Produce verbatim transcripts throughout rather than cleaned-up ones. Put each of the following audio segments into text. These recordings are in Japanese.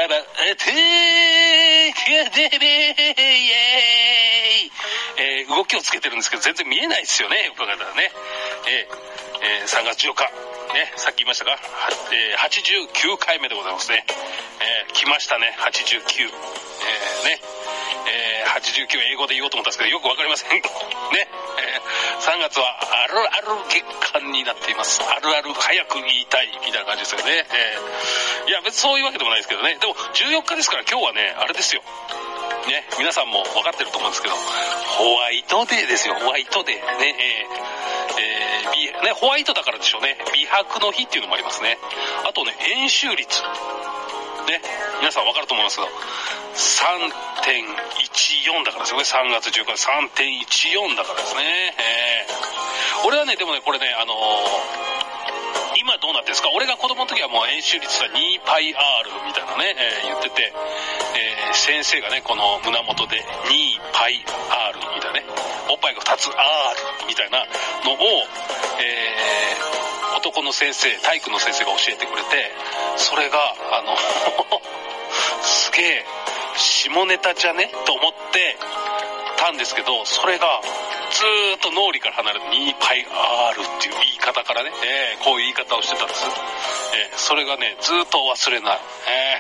やば、え、てー、けでべー、イエーイ。えー、動きをつけてるんですけど、全然見えないですよね、よく考えたらね。えー、えー、さんがつじゅうよっか。ね、さっき言いましたが、はえー、はちじゅうきゅうかいめでございますね。えー、来ましたね、はちじゅうきゅう。えー、ね。えー、はちじゅうきゅう英語で言おうと思ったんですけどよくわかりませんね、えー、さんがつはあるある月間になっています。あるある早く言いたいみたいな感じですよね、えー、いや別にそういうわけでもないですけどね。でもじゅうよっかですから今日はねあれですよね、皆さんも分かってると思うんですけどホワイトデーですよ。ホワイトデーね、えーえー、美ねホワイトだからでしょうね。美白の日っていうのもありますね。あとね円周率ね、皆さん分かると思いますけど さんてんいちよん だからですよね。さんがつじゅうよっか さんてんいちよん だからですね、えー、俺はねでもねこれねあのー、今どうなってんですか。俺が子供の時はもう円周率は にパイアール みたいなね、えー、言ってて、えー、先生がねこの胸元で にパイアール みたいなねおっぱいがふたつ R みたいなのを、えー、男の先生体育の先生が教えてくれて、それがあのすげえ下ネタじゃねと思ってたんですけど、それがずーっと脳裏から離れて にパイアール っていう言い方からね、えー、こういう言い方をしてたんです、えー、それがねずーっと忘れない、え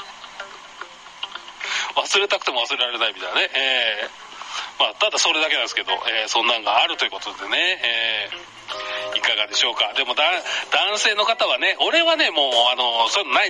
ー、忘れたくても忘れられないみたいなね、えー、まあただそれだけなんですけど、えー、そんなんがあるということでね、えーいかがでしょうか。でもだ男性の方はね、俺はねもうあのそういうのないです、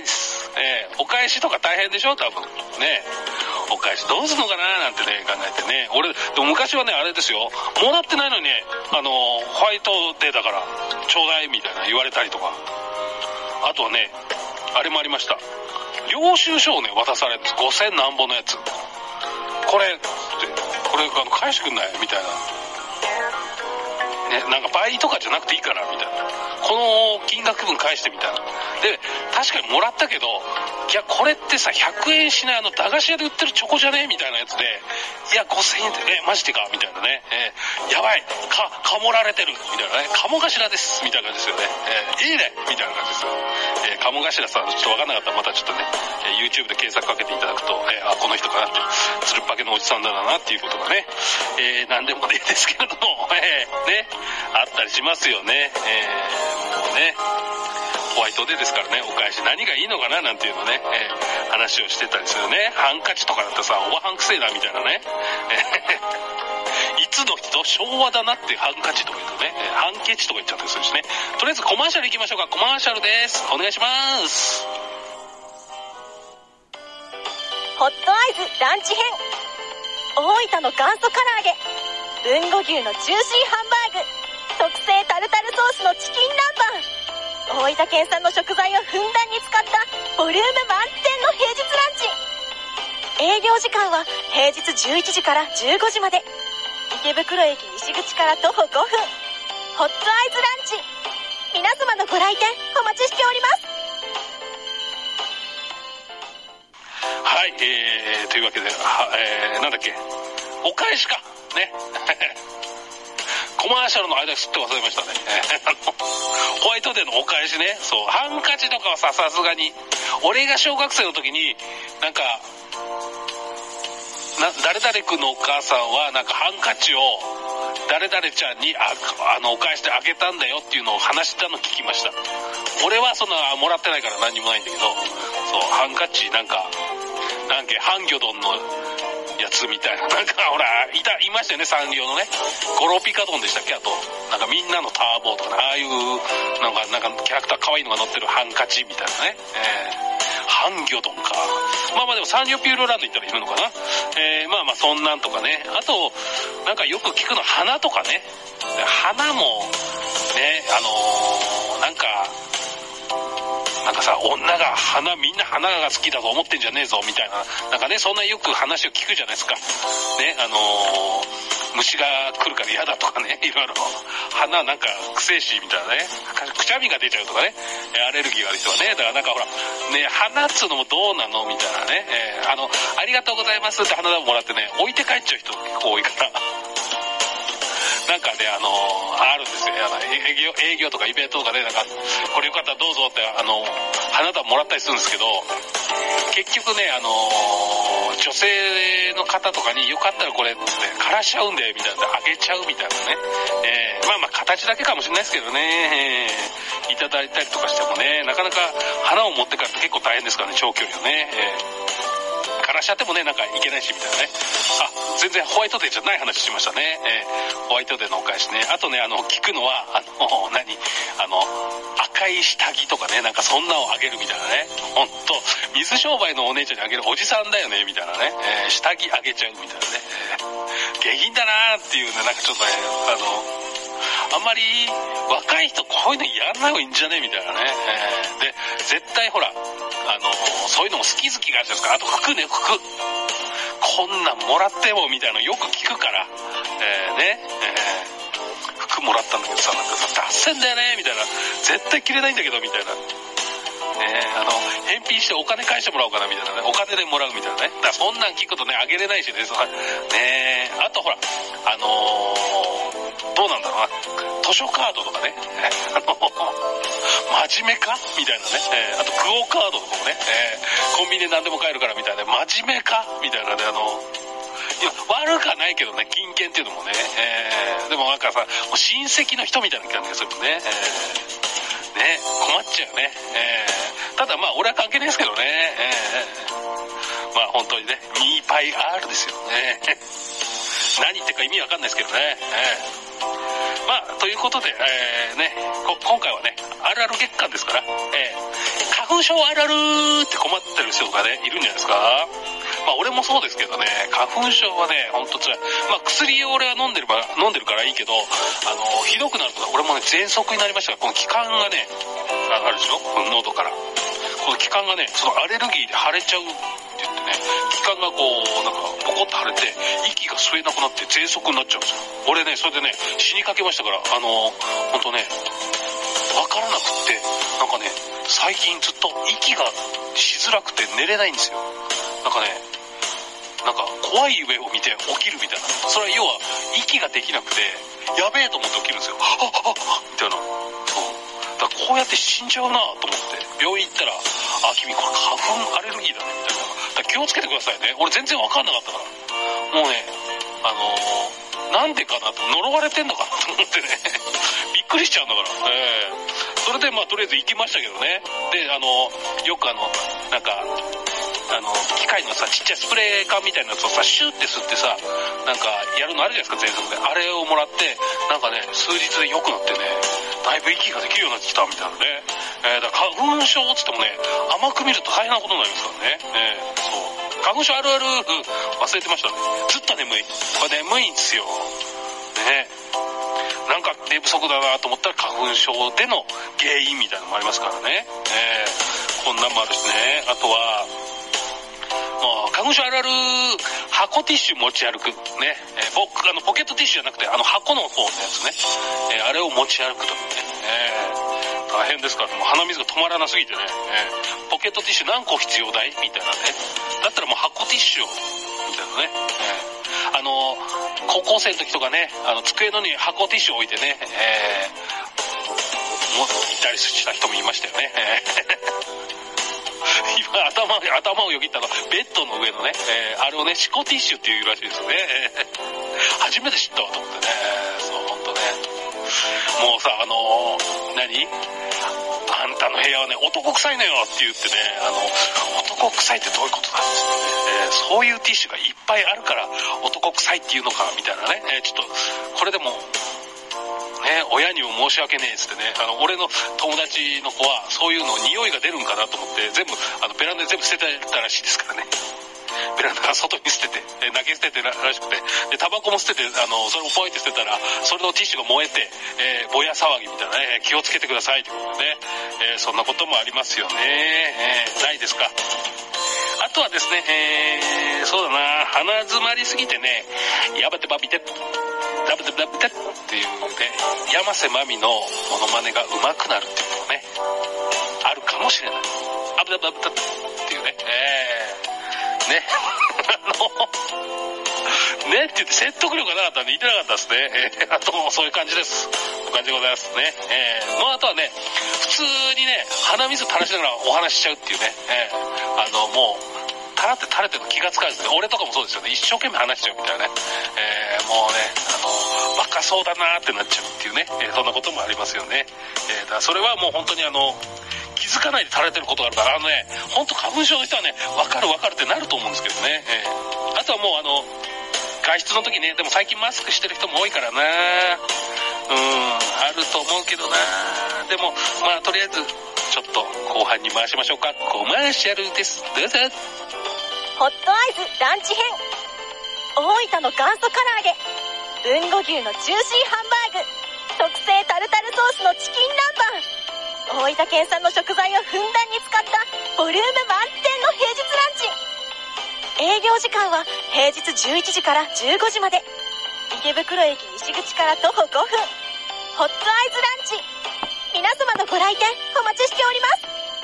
えー、お返しとか大変でしょ多分ね。お返しどうするのかななんてね考えてね。俺でも昔はねあれですよ、もらってないのにねあのホワイトデーだからちょうだいみたいな言われたりとか、あとはねあれもありました。領収書をね渡されるんです。ごせんなんぼのやつ、これってこれあの返してくんないみたいなね、なんか倍とかじゃなくていいからみたいな、この金額分返してみたいな。で確かにもらったけど、いやこれってさひゃくえんしないあの駄菓子屋で売ってるチョコじゃねみたいなやつで、いやごせんえんでねマジでかみたいなね、えー、やばいかかもられてるみたいなね、かも頭ですみたいな感じですよね、えー、いいねみたいな感じですよ、えー、かも頭さんちょっと分かんなかったらまたちょっとね、えー、YouTube で検索かけていただくと、えー、あこの人かなってつるっぱけのおじさんだなっていうことがね、えー、何でもねですけれども、えー、ねあったりしますよね、えー、もうねホワイトデーですからね、お返し何がいいのかななんていうのね、えー、話をしてたりするね。ハンカチとかだってさおばはんくせえなみたいなね、えー、いつの人昭和だなっていうハンカチとか言うとね、えー、ハンケチとか言っちゃったりするしね。とりあえずコマーシャル行きましょうか。コマーシャルです、お願いします。 ホットアイズランチ編、大分の元祖唐揚げ、豊後牛のジューシーハンバーグ、特製タルタルソースのチキン南蛮、大分県産の食材をふんだんに使ったボリューム満点の平日ランチ。営業時間は平日じゅういちじからじゅうごじまで、池袋駅西口から徒歩ごふん、ホットアイズランチ、皆様のご来店お待ちしております。 はい、えー、というわけで、はえー、なんだっけお返しかねコマーシャルの間にすって忘れましたねあのホワイトデーのお返しね。そうハンカチとかはささすがに俺が小学生の時になんかな誰々君のお母さんはなんかハンカチを誰々ちゃんにああのお返しであげたんだよっていうのを話したの聞きました。俺はそんなもらってないから何にもないんだけど、そうハンカチなんかなんかハンギョドンのやつみたいな、なんかほらいたいましたよね、サンリオのねゴロピカドンでしたっけ。あとなんかみんなのターボーとか、ね、ああいうなんかなんかキャラクター可愛いのが乗ってるハンカチみたいなね、えー、ハンギョドンか。まあまあでもサンリオピューロランド行ったらいるのかな、えー、まあまあそんなんとかね。あとなんかよく聞くの花とかね。花もねあのー、なんかなんかさ女が花みんな花が好きだと思ってんじゃねえぞみたいな、なんかねそんなよく話を聞くじゃないですかね。あのー、虫が来るから嫌だとかね、いろいろ花なんかくせえしみたいなね、くしゃみが出ちゃうとかね、アレルギーがある人はね。だからなんかほらね花っつうのもどうなのみたいなね、えー、あのありがとうございますって花束もらってね置いて帰っちゃう人結構多いからなんかねあのー、あるんですよ、あの営業営業とかイベントとかで、ね、なんかこれよかったらどうぞってあの花束もらったりするんですけど、 結局ね、あのー、女性の方とかによかったらこれって枯らしちゃうんでみたいなあげちゃうみたいなね、えー、まあまあ形だけかもしれないですけどね、えー、いただいたりとかしてもね、なかなか花を持ってからって結構大変ですからね、長距離をね、えー、枯らしちゃってもね、なんかいけないしみたいなね。あ、全然ホワイトデーじゃない話しましたね、えー、ホワイトデーのお返しね。あとね、あの聞くのはあの何あの赤い下着とかね、なんかそんなをあげるみたいなね、ほんと水商売のお姉ちゃんにあげるおじさんだよねみたいなね、えー、下着あげちゃうみたいなね、えー、下品だなーっていうね、なんかちょっとね、あのあんまり若い人こういうのやんない方がいいんじゃねみたいなね、えー、で絶対ほらあのそういうのも好き好きがあるじゃないですか。あと服ね、服こんなんもらってもみたいなのよく聞くから、えー、ね、えー服もらったんだけどさ、なんかさ、脱線だよねみたいな、絶対着れないんだけどみたいな、ね、あの返品してお金返してもらおうかなみたいなね、お金でもらうみたいなね。だからそんなん聞くとね、あげれないしね、そね。あとほらあのー、どうなんだろうな、図書カードとかね、あの真面目かみたいなね、えー、あとクオカードとかもね、えー、コンビニで何でも買えるからみたいな、真面目かみたいなね、あのいや悪くはないけどね、金券っていうのもね、えー、でもなんかさ、親戚の人みたいな感じがするね、えー、ね、困っちゃうね、えー、ただまあ俺は関係ないですけどね、えー、まあ本当にね、ミーパイ R ですよね何言ってるか意味わかんないですけどね、えー、まあということで、えー、ね、今回はね、あるある月間ですから、えー、花粉症あるあるって困ってる人がね、いるんじゃないですか。まあ俺もそうですけどね、花粉症はね、ほんと辛い。まあ薬を俺は飲んでるば、飲んでるからいいけど、あの、ひどくなると俺もね、喘息になりましたから、この気管がね、あるでしょ、喉から。この気管がね、そのアレルギーで腫れちゃうって言ってね、気管がこう、なんか、ポコッと腫れて、息が吸えなくなって喘息になっちゃうんですよ。俺ね、それでね、死にかけましたから、あの、ほんとね、わからなくって、なんかね、最近ずっと息がしづらくて寝れないんですよ。なんかね、なんか怖い夢を見て起きるみたいな。それは要は息ができなくてやべえと思って起きるんですよ。はっはっはっみたいな。そうだからこうやって死んじゃうなと思って病院行ったら、あ、君これ花粉アレルギーだねみたいな。だから気をつけてくださいね。俺全然わかんなかったから、もうね、あのー、なんでかなと、呪われてんのかなと思ってねびっくりしちゃうんだから、えー、それでまあとりあえず行きましたけどね。で、あのよくあのなんかあの機械のさ、ちっちゃいスプレー缶みたいなやつをさ、シューって吸ってさ、なんかやるのあるじゃないですか、喘息で。あれをもらって、なんかね、数日で良くなってね、だいぶ息ができるようになってきたみたいなね。えー、だから花粉症っつってもね、甘く見ると大変なことになりますからね。えー、そう。花粉症あるある忘れてましたね。ずっと眠い。これ眠いんですよ。ね。なんか寝不足だなと思ったら花粉症での原因みたいなのもありますからね。えー、こんなんもあるしね。あとは、まあ、花粉症あるある箱ティッシュ持ち歩くね、えー、僕あのポケットティッシュじゃなくてあの箱の方のやつね、えー、あれを持ち歩くというね、えー、大変ですから、もう鼻水が止まらなすぎてね、えー、ポケットティッシュ何個必要だいみたいなね、だったらもう箱ティッシュをみたいなね、えー、あの高校生の時とかね、あの机のに箱ティッシュを置いてね、えー、もういたりした人もいましたよね、えー今頭頭をよぎったのはベッドの上のね、えー、あれをねシコティッシュっていうらしいですよね、えー、初めて知ったわと思ってね。そう本当ね、もうさ、あのー、何あんたの部屋はね男臭いのよって言ってね、あの男臭いってどういうことなんですかね、えー、そういうティッシュがいっぱいあるから男臭いっていうのかみたいなね、えー、ちょっとこれでもね、親にも申し訳ねえっつってね、あの俺の友達の子はそういうの匂いが出るんかなと思って全部あのベランダで全部捨てたらしいですからね。ベランダから外に捨てて、え投げ捨ててらしくて、でタバコも捨てて、あのそれをポイって捨てたらそれのティッシュが燃えて、えー、ぼや騒ぎみたいなね、気をつけてくださいということでね、えー、そんなこともありますよね、えー、ないですか。あとはですね、えー、そうだな、鼻詰まりすぎてね、やばてばびてダブダブダブダっていうね、山瀬まみのモノマネが上手くなるっていうのもね、あるかもしれない。アブダブダブダっていうね、えー、ね、あの、ねって言って説得力がなかったんで言ってなかったですね。えー、あともそういう感じです。そういう感じでございますね。えー、もうあとはね、普通にね、鼻水垂らしながらお話ししちゃうっていうね、えー、あの、もう、 って垂れてるの気がつかずね、俺とかもそうですよね、一生懸命話しちゃうみたいなね、えー、もうね、あの、バカそうだなーってなっちゃうっていうね、えー、そんなこともありますよね。えー、だからそれはもう本当にあの、気づかないで垂れてることがあるから、あのね、本当花粉症の人はね、わかるわかるってなると思うんですけどね。えー、あとはもうあの、外出の時ね、でも最近マスクしてる人も多いからな、うん、あると思うけどな、でも、まあとりあえず、ちょっと後半に回しましょうか。コマーシャルです。どうぞ。 ホットアイズランチ編。大分の元祖唐揚げ。豊後牛のジューシーハンバーグ。特製タルタルソースのチキン南蛮。大分県産の食材をふんだんに使ったボリューム満点の平日ランチ。営業時間は平日じゅういちじからじゅうごじまで。池袋駅西口から徒歩ごふん。ホットアイズランチ。皆様のご来店お待ちしております。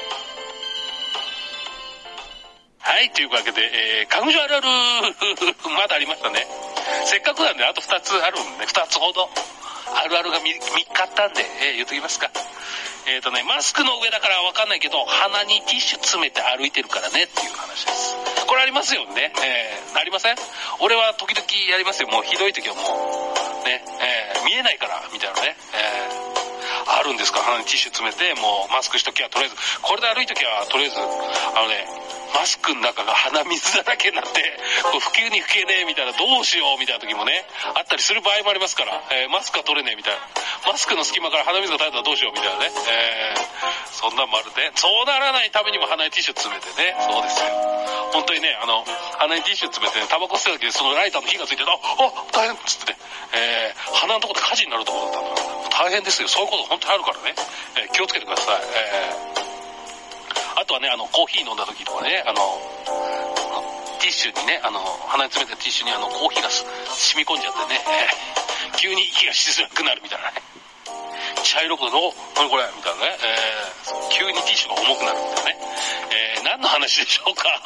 はい、というわけで、えー、花粉症あるあるまだありましたね。せっかくなんであとふたつあるんで、ふたつほどあるあるが 3, 3日あったんで、えー、言っときますか。えっ、ー、とね、マスクの上だからわかんないけど、鼻にティッシュ詰めて歩いてるからねっていう話です。これありますよね。えー、ありません？俺は時々やりますよ。もうひどい時はもう、ね、えー、見えないから、みたいなね。えー、あるんですか？鼻にティッシュ詰めて、もうマスクしときはとりあえず、これで歩いときはとりあえず、あのね、マスクの中が鼻水だらけになって、こう普及に吹けねえみたいな、どうしようみたいな時もね、あったりする場合もありますから、えー、マスクは取れねえみたいな。マスクの隙間から鼻水が垂れたらどうしようみたいなね。えー、そんなまるで、そうならないためにも鼻にティッシュ詰めてね、そうですよ。本当にね、あの、鼻にティッシュ詰めてね、タバコ吸ってた時にそのライターの火がついて、あ、あ、大変っつってね、えー、鼻のところで火事になるところだったんだから、大変ですよ。そういうこと本当にあるからね、えー、気をつけてください。えーあとはね、あの、コーヒー飲んだ時とかね、あの、ティッシュにね、あの、鼻に詰めたティッシュにあの、コーヒーが染み込んじゃってね、えー、急に息がしづらくなるみたいなね。茶色くなる、お、何これみたいなね、えー、急にティッシュが重くなるみたいなね。えー、何の話でしょうか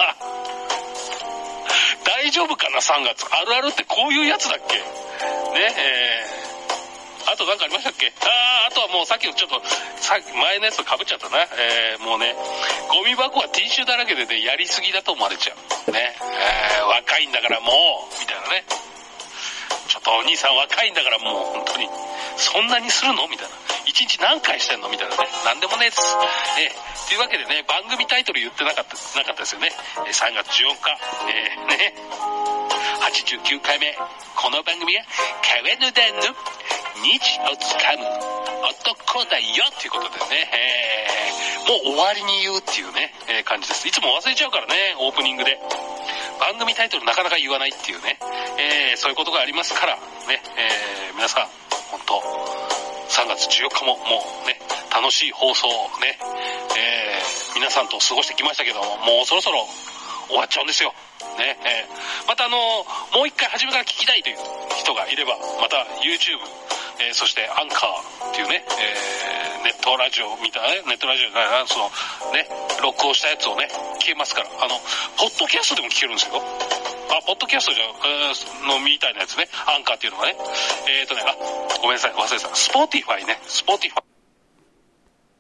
大丈夫かな、さんがつ。あるあるってこういうやつだっけね、えー、あと何かありましたっけ？あー、あとはもうさっきのちょっと、さ前のやつと被っちゃったな。えー、もうね、ゴミ箱はティッシュだらけでね、やりすぎだと思われちゃう。ね。えー、若いんだからもう、みたいなね。ちょっとお兄さん若いんだからもう、本当に、そんなにするのみたいな。一日何回してんのみたいなね。なんでもねえです。えー、というわけでね、番組タイトル言ってなかった、なかったですよね。えー、さんがつじゅうよっか、えー、ね。はちじゅうきゅうかいめ。この番組は、川野田の日をつかむ男だよっていうことでね、えー、もう終わりに言うっていうね、えー、感じです。いつも忘れちゃうからね、オープニングで。番組タイトルなかなか言わないっていうね、えー、そういうことがありますから、ね、えー、皆さん、本当さんがつじゅうよっかももうね、楽しい放送をね、えー、皆さんと過ごしてきましたけども、もうそろそろ終わっちゃうんですよ。ね、えー、またあのー、もう一回初めから聞きたいという人がいれば、また YouTube、えー、そしてアンカーっていうね、えー、ネットラジオみたいなね、ネットラジオじゃないな、そのね、録音したやつをね、聞けますから、あの、ポッドキャストでも聞けるんですよ。あ、ポッドキャストじゃ、えー、のみたいなやつね、アンカーっていうのがね、えーとね、あ、ごめんなさい、忘れてた。スポーティファイね、スポーティファイ。